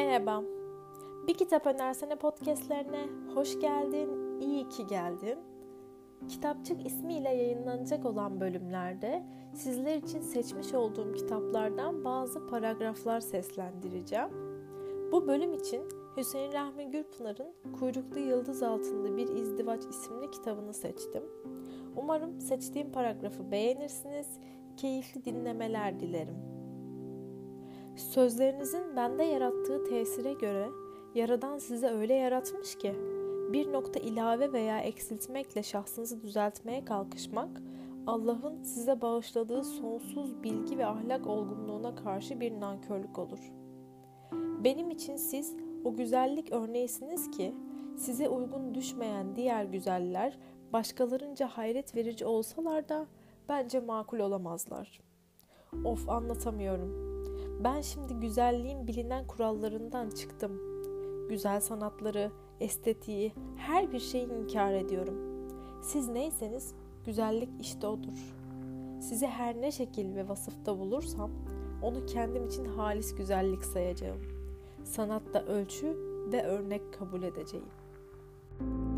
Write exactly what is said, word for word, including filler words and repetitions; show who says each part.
Speaker 1: Merhaba, Bir Kitap Önersene podcastlerine hoş geldin, iyi ki geldin. Kitapçık ismiyle yayınlanacak olan bölümlerde sizler için seçmiş olduğum kitaplardan bazı paragraflar seslendireceğim. Bu bölüm için Hüseyin Rahmi Gürpınar'ın Kuyruklu Yıldız Altında Bir İzdivaç isimli kitabını seçtim. Umarım seçtiğim paragrafı beğenirsiniz, keyifli dinlemeler dilerim. Sözlerinizin bende yarattığı tesire göre Yaradan sizi öyle yaratmış ki bir nokta ilave veya eksiltmekle şahsınızı düzeltmeye kalkışmak Allah'ın size bağışladığı sonsuz bilgi ve ahlak olgunluğuna karşı bir nankörlük olur. Benim için siz o güzellik örneğisiniz ki size uygun düşmeyen diğer güzeller başkalarınca hayret verici olsalar da bence makul olamazlar. Of, anlatamıyorum. Ben şimdi güzelliğin bilinen kurallarından çıktım. Güzel sanatları, estetiği, her bir şeyi inkar ediyorum. Siz neyseniz güzellik işte odur. Sizi her ne şekil ve vasıfta bulursam onu kendim için halis güzellik sayacağım. Sanatta ölçü ve örnek kabul edeceğim.